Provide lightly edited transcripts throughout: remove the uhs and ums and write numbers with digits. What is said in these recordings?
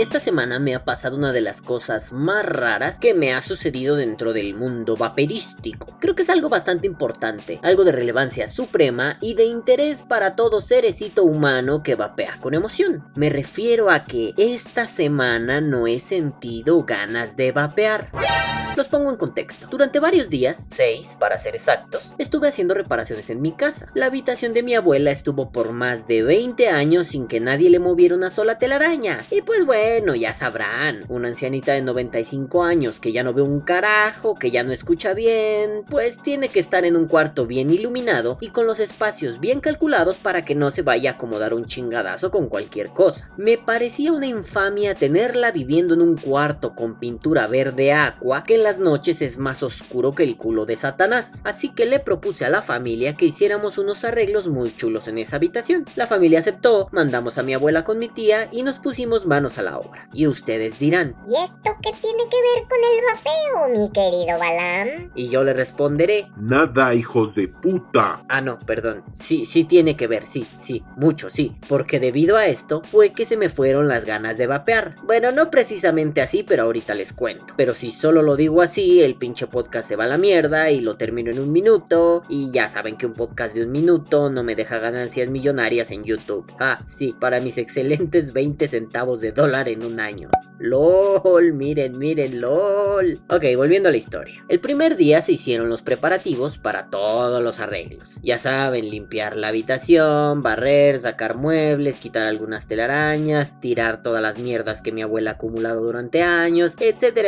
Esta semana me ha pasado una de las cosas más raras que me ha sucedido dentro del mundo vaperístico. Creo que es algo bastante importante, algo de relevancia suprema y de interés para todo serecito humano que vapea con emoción. Me refiero a que esta semana no he sentido ganas de vapear. Los pongo en contexto. Durante varios días, 6 para ser exactos, estuve haciendo reparaciones en mi casa. La habitación de mi abuela estuvo por más de 20 años sin que nadie le moviera una sola telaraña. Y pues bueno, ya sabrán, una ancianita de 95 años que ya no ve un carajo, que ya no escucha bien, pues tiene que estar en un cuarto bien iluminado y con los espacios bien calculados para que no se vaya a acomodar un chingadazo con cualquier cosa. Me parecía una infamia tenerla viviendo en un cuarto con pintura verde aqua que en las noches es más oscuro que el culo de Satanás, así que le propuse a la familia que hiciéramos unos arreglos muy chulos en esa habitación. La familia aceptó, mandamos a mi abuela con mi tía y nos pusimos manos a la obra. Y ustedes dirán, ¿y esto qué tiene que ver con el vapeo, mi querido Balam? Y yo le responderé, nada, hijos de puta. No, perdón, sí tiene que ver, sí, mucho, sí, porque debido a esto fue que se me fueron las ganas de vapear. Bueno, no precisamente así, pero ahorita les cuento. Pero si solo lo digo así, el pinche podcast se va a la mierda y lo termino en un minuto, y ya saben que un podcast de un minuto no me deja ganancias millonarias en YouTube. Sí, para mis excelentes 20 centavos de dólar en un año. LOL, miren, LOL. Ok, volviendo a la historia. El primer día se hicieron los preparativos para todos los arreglos. Ya saben, limpiar la habitación, barrer, sacar muebles, quitar algunas telarañas, tirar todas las mierdas que mi abuela ha acumulado durante años, etcétera.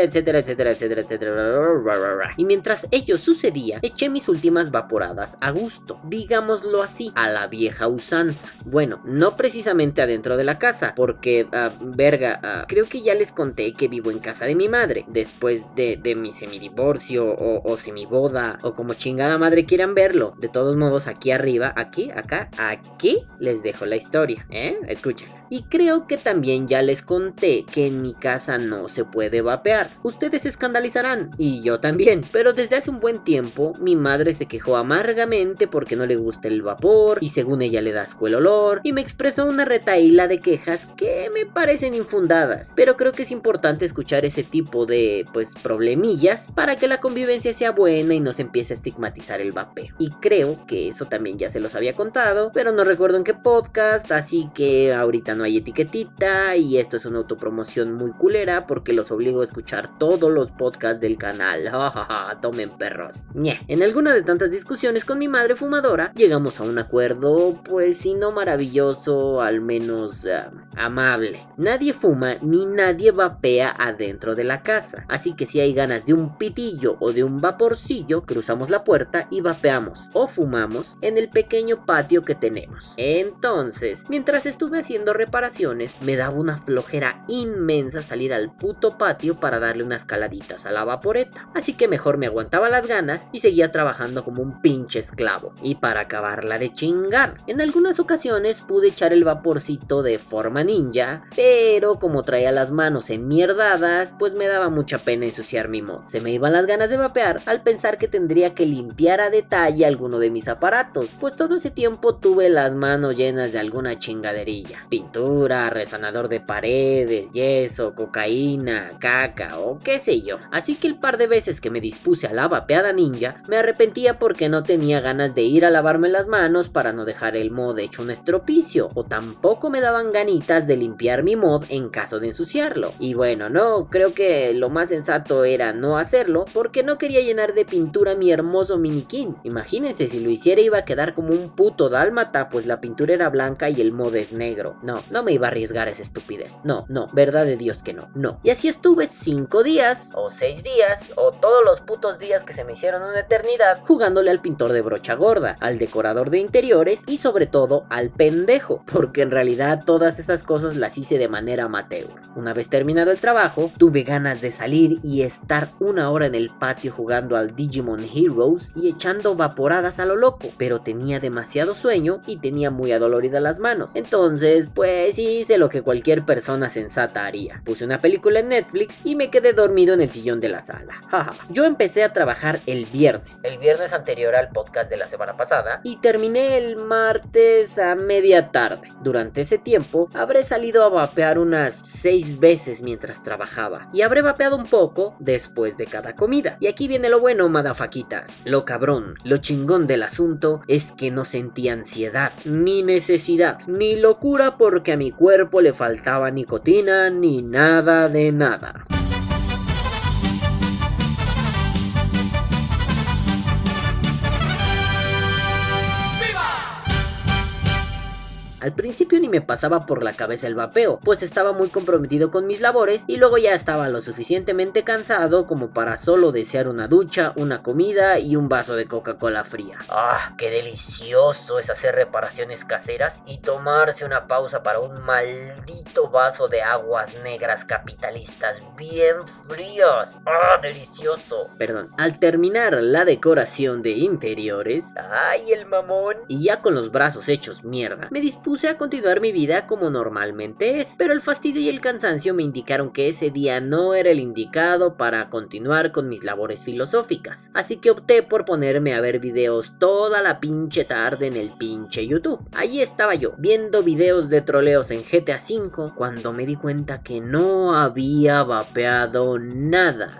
Y mientras ello sucedía, eché mis últimas vaporadas a gusto, digámoslo así, a la vieja usanza. Bueno, no precisamente adentro de la casa, porque, creo que ya les conté que vivo en casa de mi madre, después de mi semidivorcio o semiboda, o como chingada madre quieran verlo. De todos modos, aquí arriba, aquí les dejo la historia, escuchen. Y creo que también ya les conté que en mi casa no se puede vapear. Ustedes se escandalizarán, y yo también, pero desde hace un buen tiempo mi madre se quejó amargamente porque no le gusta el vapor y según ella le da asco el olor, y me expresó una retahíla de quejas que me parecen infundadas, pero creo que es importante escuchar ese tipo de, problemillas para que la convivencia sea buena y no se empiece a estigmatizar el vapeo. Y creo que eso también ya se los había contado, pero no recuerdo en qué podcast, así que ahorita no hay etiquetita y esto es una autopromoción muy culera porque los obligo a escuchar todos los podcasts del canal. Tomen perros. En alguna de tantas discusiones con mi madre fumadora llegamos a un acuerdo, pues si no maravilloso, al menos amable. Nadie fuma ni nadie vapea adentro de la casa, así que si hay ganas de un pitillo o de un vaporcillo, cruzamos la puerta y vapeamos o fumamos en el pequeño patio que tenemos. Entonces, mientras estuve haciendo reparaciones, me daba una flojera inmensa salir al puto patio para darle unas caladitas a la vaporeta, así que mejor me aguantaba las ganas y seguía trabajando como un pinche esclavo. Y para acabarla de chingar, en algunas ocasiones pude echar el vaporcito de forma ninja, pero como traía las manos enmierdadas, pues me daba mucha pena ensuciar mi mod. Se me iban las ganas de vapear al pensar que tendría que limpiar a detalle alguno de mis aparatos, pues todo ese tiempo tuve las manos llenas de alguna chingaderilla, pintura, resanador de paredes, yeso, cocaína, caca o qué sé yo. Así que el par de veces que me dispuse a la vapeada ninja, me arrepentía porque no tenía ganas de ir a lavarme las manos para no dejar el mod hecho un estropicio, o tampoco me daban ganitas de limpiar mi mod en caso de ensuciarlo. Y bueno, no, creo que lo más sensato era no hacerlo porque no quería llenar de pintura mi hermoso miniquín. Imagínense, si lo hiciera iba a quedar como un puto dálmata, pues la pintura era blanca y el mod es negro. No me iba a arriesgar a esa estupidez. No, verdad de Dios que no. Y así estuve 5 días, o 6 días, o todos los putos días que se me hicieron una eternidad, jugándole al pintor de brocha gorda, al decorador de interiores y sobre todo al pendejo, porque en realidad todas esas cosas las hice de manera amateur. Una vez terminado el trabajo, tuve ganas de salir y estar 1 hora en el patio jugando al Digimon Heroes y echando vaporadas a lo loco, pero tenía demasiado sueño y tenía muy adoloridas las manos. Entonces, pues Pues hice lo que cualquier persona sensata haría. Puse una película en Netflix y me quedé dormido en el sillón de la sala. Jaja. Yo empecé a trabajar el viernes anterior al podcast de la semana pasada, y terminé el martes a media tarde. Durante ese tiempo habré salido a vapear unas 6 veces mientras trabajaba, y habré vapeado un poco después de cada comida. Y aquí viene lo bueno, madafaquitas. Lo cabrón, lo chingón del asunto es que no sentí ansiedad, ni necesidad, ni locura porque a mi cuerpo le faltaba nicotina ni nada de nada. Al principio ni me pasaba por la cabeza el vapeo, pues estaba muy comprometido con mis labores, y luego ya estaba lo suficientemente cansado como para solo desear una ducha, una comida y un vaso de Coca-Cola fría. ¡Ah, qué delicioso es hacer reparaciones caseras y tomarse una pausa para un maldito vaso de aguas negras capitalistas bien frías! ¡Ah, delicioso! Perdón, al terminar la decoración de interiores, ¡ay, el mamón! Y ya con los brazos hechos mierda, me dispuse a continuar mi vida como normalmente es, pero el fastidio y el cansancio me indicaron que ese día no era el indicado para continuar con mis labores filosóficas, así que opté por ponerme a ver videos toda la pinche tarde en el pinche YouTube. Allí estaba yo, viendo videos de troleos en GTA V, cuando me di cuenta que no había vapeado nada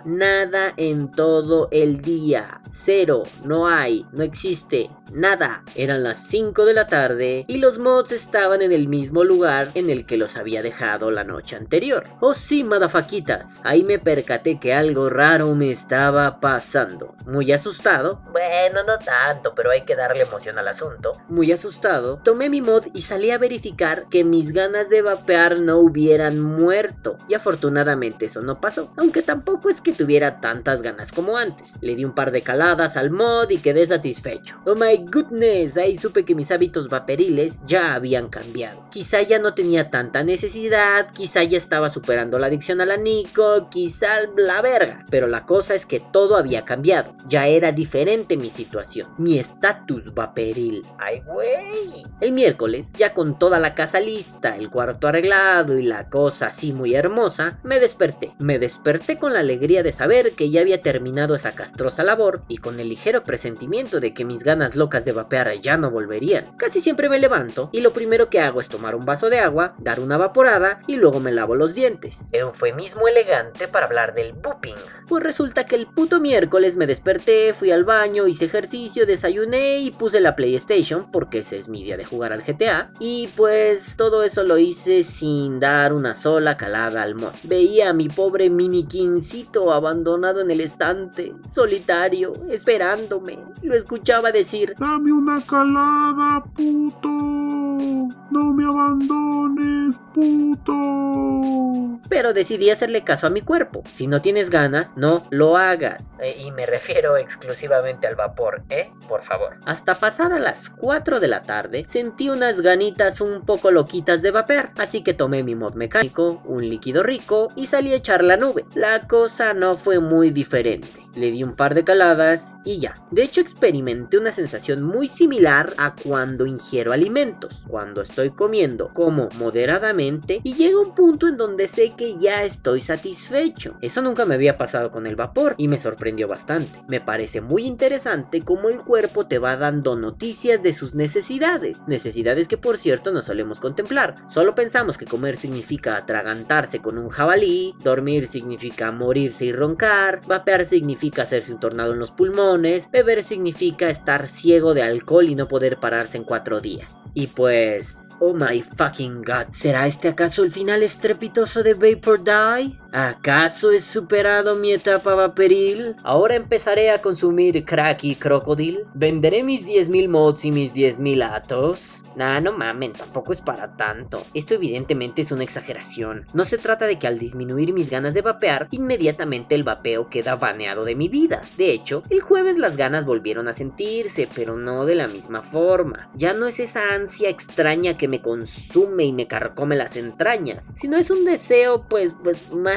en todo el día. Cero, no hay, no existe, nada. Eran las 5 de la tarde y los mods estaban en el mismo lugar en el que los había dejado la noche anterior. Oh sí, madafaquitas, ahí me percaté que algo raro me estaba pasando. Muy asustado, bueno, no tanto, pero hay que darle emoción al asunto. Muy asustado, tomé mi mod y salí a verificar que mis ganas de vapear no hubieran muerto. Y afortunadamente eso no pasó, aunque tampoco es que tuviera tantas ganas como antes. Le di un par de caladas al mod y quedé satisfecho. Oh my goodness, ahí supe que mis hábitos vaporiles ya habían cambiado. Quizá ya no tenía tanta necesidad, quizá ya estaba superando la adicción a la nico, quizá la verga, pero la cosa es que todo había cambiado. Ya era diferente mi situación, mi estatus vaporil. ¡Ay, güey! El miércoles, ya con toda la casa lista, el cuarto arreglado y la cosa así muy hermosa, me desperté. Me desperté con la alegría de saber que ya había terminado esa castrosa labor y con el ligero presentimiento de que mis ganas locas de vapear ya no volverían. Casi siempre me levanto y lo primero que hago es tomar un vaso de agua, dar una vaporada y luego me lavo los dientes. Eufemismo elegante para hablar del booping. Pues resulta que el puto miércoles me desperté, fui al baño, hice ejercicio, desayuné y puse la PlayStation porque ese es mi día de jugar al GTA. Y pues todo eso lo hice sin dar una sola calada al mod. Veía a mi pobre miniquincito abandonado en el estante, solitario, esperándome. Lo escuchaba decir: ¡Dame una calada, puto! ¡No me abandones, puto! Pero decidí hacerle caso a mi cuerpo. Si no tienes ganas, no lo hagas. Y me refiero exclusivamente al vapor, por favor. Hasta pasada las 4 de la tarde, sentí unas ganitas un poco loquitas de vapear. Así que tomé mi mod mecánico, un líquido rico y salí a echar la nube. La cosa no fue muy diferente. Le di un par de caladas y ya. De hecho, experimenté una sensación muy similar a cuando ingiero alimentos. Cuando estoy comiendo, como moderadamente y llega un punto en donde sé que ya estoy satisfecho. Eso nunca me había pasado con el vapor y me sorprendió bastante. Me parece muy interesante cómo el cuerpo te va dando noticias de sus necesidades. Necesidades que, por cierto, no solemos contemplar. Solo pensamos que comer significa atragantarse con un jabalí, dormir significa morirse y roncar, vapear significa hacerse un tornado en los pulmones, beber significa estar ciego de alcohol y no poder pararse en 4 días. Y pues... oh my fucking god, ¿será este acaso el final estrepitoso de Vapor Die? ¿Acaso he superado mi etapa vaporil? ¿Ahora empezaré a consumir crack y crocodile? ¿Venderé mis 10,000 mods y mis 10,000 atos? Nah, no mamen, tampoco es para tanto. Esto evidentemente es una exageración. No se trata de que al disminuir mis ganas de vapear, inmediatamente el vapeo queda baneado de mi vida. De hecho, el jueves las ganas volvieron a sentirse, pero no de la misma forma. Ya no es esa ansia extraña que me consume y me carcome las entrañas, sino es un deseo pues más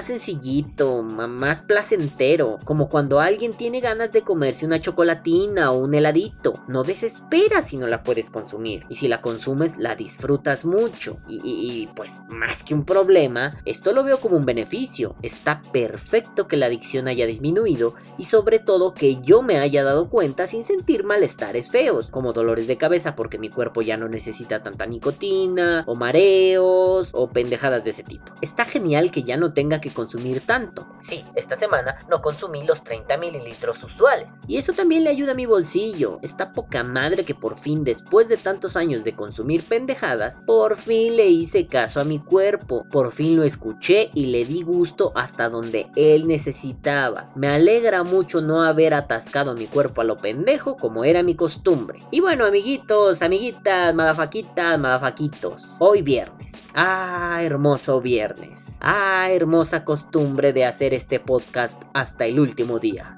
sencillito, más placentero, como cuando alguien tiene ganas de comerse una chocolatina o un heladito. No desesperas si no la puedes consumir, y si la consumes la disfrutas mucho, y pues más que un problema, esto lo veo como un beneficio. Está perfecto que la adicción haya disminuido, y sobre todo que yo me haya dado cuenta sin sentir malestares feos, como dolores de cabeza porque mi cuerpo ya no necesita tanta nicotina, o mareos, o pendejadas de ese tipo. Está genial que ya no tenga que consumir tanto. Sí, esta semana no consumí los 30 mililitros usuales, y eso también le ayuda a mi bolsillo. Está poca madre que por fin, después de tantos años de consumir pendejadas, por fin le hice caso a mi cuerpo, por fin lo escuché y le di gusto hasta donde él necesitaba. Me alegra mucho no haber atascado mi cuerpo a lo pendejo como era mi costumbre. Y bueno, amiguitos, amiguitas, madafaquitas, madafaquitos, hoy viernes. Ah, hermoso viernes. Ah, hermosa costumbre de hacer este podcast hasta el último día.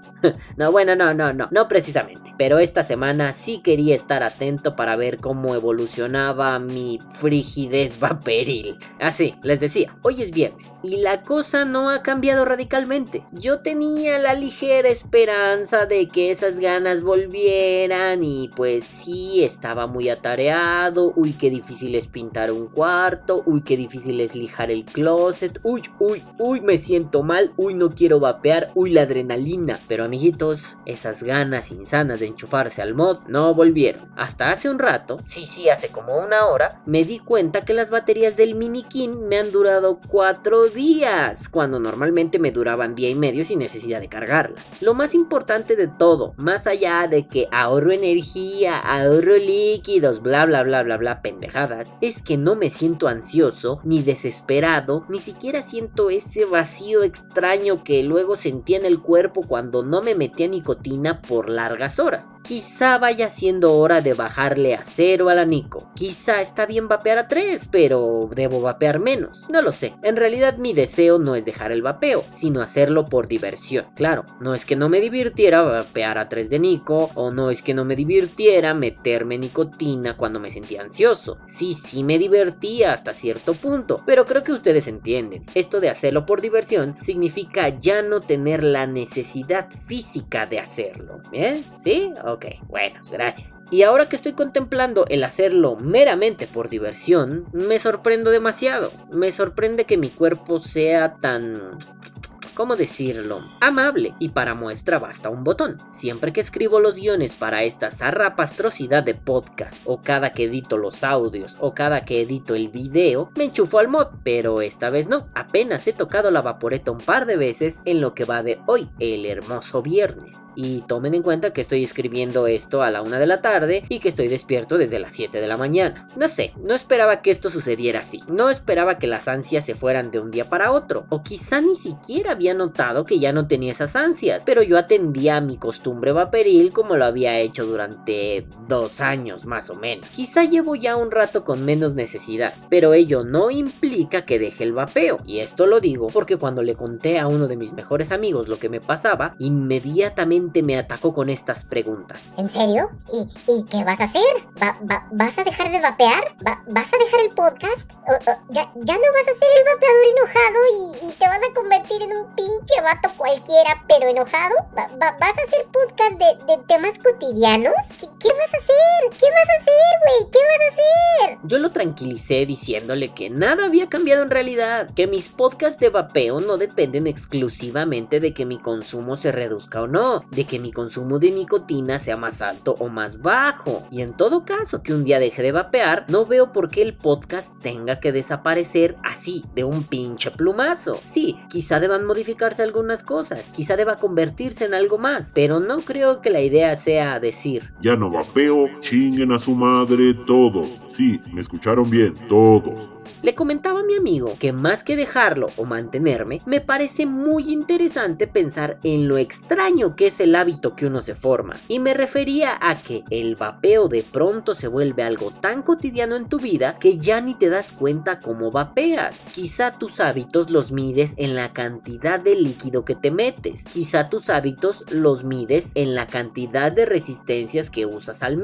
No precisamente. Pero esta semana sí quería estar atento para ver cómo evolucionaba mi frigidez vaporil. Así, les decía, hoy es viernes y la cosa no ha cambiado radicalmente. Yo tenía la ligera esperanza de que esas ganas volvieran, y pues sí, estaba muy atareado. Uy, qué difícil es pintar un cuarto. Uy, qué difícil es lijar el closet. Uy, me siento mal. Uy, no quiero vapear. Uy, la adrenalina. Pero amiguitos, esas ganas insanas de enchufarse al mod no volvieron. Hasta hace un rato, sí, hace como una hora, me di cuenta que las baterías del Minikin me han durado 4 días, cuando normalmente me duraban día y medio sin necesidad de cargarlas. Lo más importante de todo, más allá de que ahorro energía, ahorro líquidos, bla pendejadas, es que no me siento ansioso, ni desesperado, ni siquiera siento ese vacío extraño que luego sentía en el cuerpo cuando no me metía nicotina por largas horas. Quizá vaya siendo hora de bajarle a 0 a la Nico. Quizá está bien vapear a 3, pero debo vapear menos. No lo sé. En realidad mi deseo no es dejar el vapeo, sino hacerlo por diversión. Claro, no es que no me divirtiera vapear a 3 de Nico, o no es que no me divirtiera meterme nicotina cuando me sentía ansioso. Sí me divertía hasta cierto punto, pero creo que ustedes entienden. Esto de hacerlo por diversión significa ya no tener la necesidad física de hacerlo. ¿Bien? ¿Sí? Ok, bueno, gracias. Y ahora que estoy contemplando el hacerlo meramente por diversión, me sorprendo demasiado. Me sorprende que mi cuerpo sea tan... ¿cómo decirlo? Amable, y para muestra basta un botón. Siempre que escribo los guiones para esta zarrapastrosidad de podcast, o cada que edito los audios, o cada que edito el video, me enchufo al mod, pero esta vez no. Apenas he tocado la vaporeta un par de veces en lo que va de hoy, el hermoso viernes. Y tomen en cuenta que estoy escribiendo esto a la 1 de la tarde y que estoy despierto desde las 7 de la mañana. No sé, no esperaba que esto sucediera así. No esperaba que las ansias se fueran de un día para otro, o quizá ni siquiera había notado que ya no tenía esas ansias, pero yo atendía a mi costumbre vaporil como lo había hecho durante 2 años más o menos. Quizá llevo ya un rato con menos necesidad, pero ello no implica que deje el vapeo, y esto lo digo porque cuando le conté a uno de mis mejores amigos lo que me pasaba, inmediatamente me atacó con estas preguntas. ¿En serio? ¿Y qué vas a hacer? ¿Vas a dejar de vapear? ¿Vas a dejar el podcast? ¿Ya no vas a ser el vapeador enojado y te vas a convertir en un pinche vato cualquiera, pero enojado? ¿Vas a hacer podcast de temas cotidianos? ¿Qué vas a hacer? ¿Qué vas a hacer, güey? ¿Qué vas a hacer? Yo lo tranquilicé diciéndole que nada había cambiado en realidad, que mis podcasts de vapeo no dependen exclusivamente de que mi consumo se reduzca o no, de que mi consumo de nicotina sea más alto o más bajo, y en todo caso que un día deje de vapear, no veo por qué el podcast tenga que desaparecer así, de un pinche plumazo. Sí, quizá deban modificarse algunas cosas, quizá deba convertirse en algo más, pero no creo que la idea sea decir: ya no vapeo, chinguen a su madre todos. Sí, me escucharon bien, todos. Le comentaba a mi amigo que más que dejarlo o mantenerme, me parece muy interesante pensar en lo extraño que es el hábito que uno se forma, y me refería a que el vapeo de pronto se vuelve algo tan cotidiano en tu vida que ya ni te das cuenta cómo vapeas. Quizá tus hábitos los mides en la cantidad de líquido que te metes, quizá tus hábitos los mides en la cantidad de resistencias que usas al mes. Ese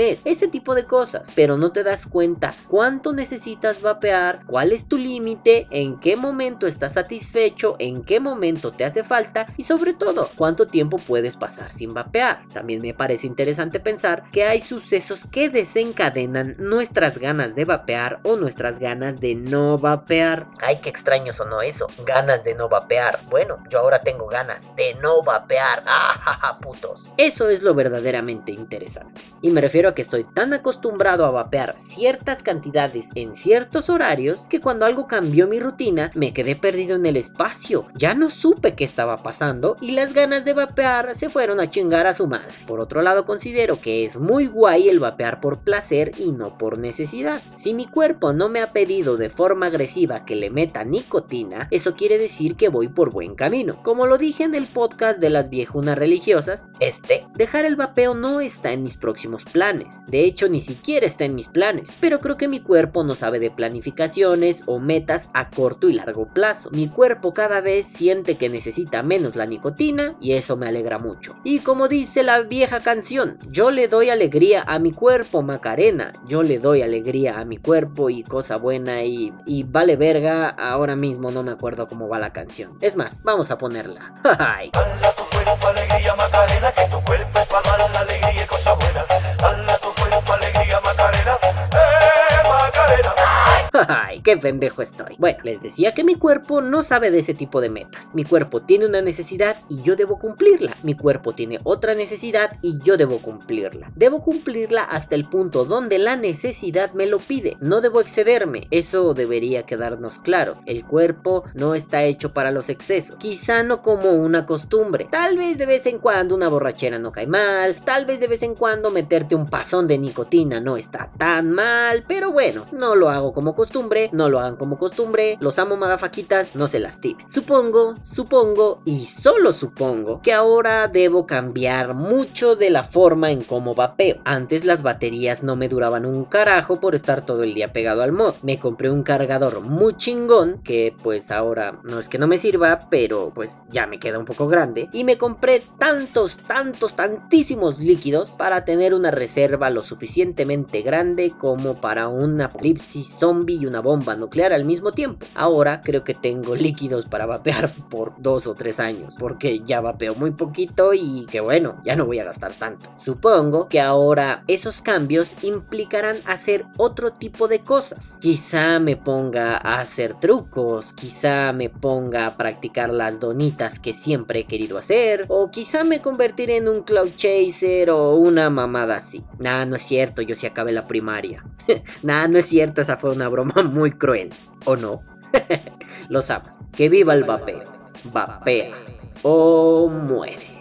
ese tipo de cosas. Pero no te das cuenta cuánto necesitas vapear, cuál es tu límite, en qué momento estás satisfecho, en qué momento te hace falta y sobre todo cuánto tiempo puedes pasar sin vapear. También me parece interesante pensar que hay sucesos que desencadenan nuestras ganas de vapear o nuestras ganas de no vapear. Ay, qué extraño sonó eso, ganas de no vapear. Bueno, yo ahora tengo ganas de no vapear. ¡Ah, putos! Eso es lo verdaderamente interesante. Y me refiero a que estoy tan acostumbrado a vapear ciertas cantidades en ciertos horarios que cuando algo cambió mi rutina me quedé perdido en el espacio. Ya no supe qué estaba pasando y las ganas de vapear se fueron a chingar a su madre. Por otro lado, considero que es muy guay el vapear por placer y no por necesidad. Si mi cuerpo no me ha pedido de forma agresiva que le meta nicotina, eso quiere decir que voy por buen camino. Como lo dije en el podcast de las viejunas religiosas, dejar el vapeo no está en mis próximos planes. De hecho, ni siquiera está en mis planes. Pero creo que mi cuerpo no sabe de planificaciones o metas a corto y largo plazo. Mi cuerpo cada vez siente que necesita menos la nicotina y eso me alegra mucho. Y como dice la vieja canción, yo le doy alegría a mi cuerpo, Macarena. Yo le doy alegría a mi cuerpo y cosa buena y vale verga, ahora mismo no me acuerdo cómo va la canción. Es más, vamos a ponerla. ¡Ay! Dale a tu cuerpo alegría, Macarena, que tu cuerpo es para dar la alegría y cosa buena. Dale a tu cuerpo alegría, Macarena, Macarena. ¡Ay, qué pendejo estoy! Bueno, les decía que mi cuerpo no sabe de ese tipo de metas. Mi cuerpo tiene una necesidad y yo debo cumplirla. Mi cuerpo tiene otra necesidad y yo debo cumplirla. Debo cumplirla hasta el punto donde la necesidad me lo pide. No debo excederme. Eso debería quedarnos claro. El cuerpo no está hecho para los excesos. Quizá no como una costumbre. Tal vez de vez en cuando una borrachera no cae mal. Tal vez de vez en cuando meterte un pasón de nicotina no está tan mal. Pero bueno, no lo hago como costumbre, no lo hagan como costumbre, los amo madafaquitas, no se lastimen. Supongo y solo supongo que ahora debo cambiar mucho de la forma en cómo vapeo. Antes las baterías no me duraban un carajo por estar todo el día pegado al mod. Me compré un cargador muy chingón que pues ahora no es que no me sirva, pero pues ya me queda un poco grande. Y me compré tantísimos líquidos para tener una reserva lo suficientemente grande como para un apocalipsis zombie y una bomba nuclear al mismo tiempo. Ahora creo que tengo líquidos para vapear por 2 o 3 años, porque ya vapeo muy poquito y que bueno, ya no voy a gastar tanto. Supongo que ahora esos cambios implicarán hacer otro tipo de cosas. Quizá me ponga a hacer trucos, quizá me ponga a practicar las donitas que siempre he querido hacer, o quizá me convertiré en un cloud chaser o una mamada así. Nah, no es cierto, yo sí acabé la primaria. Nah, no es cierto, esa fue una broma muy cruel. ¿O no? Los amo. Que viva el vapeo. Vapea o muere.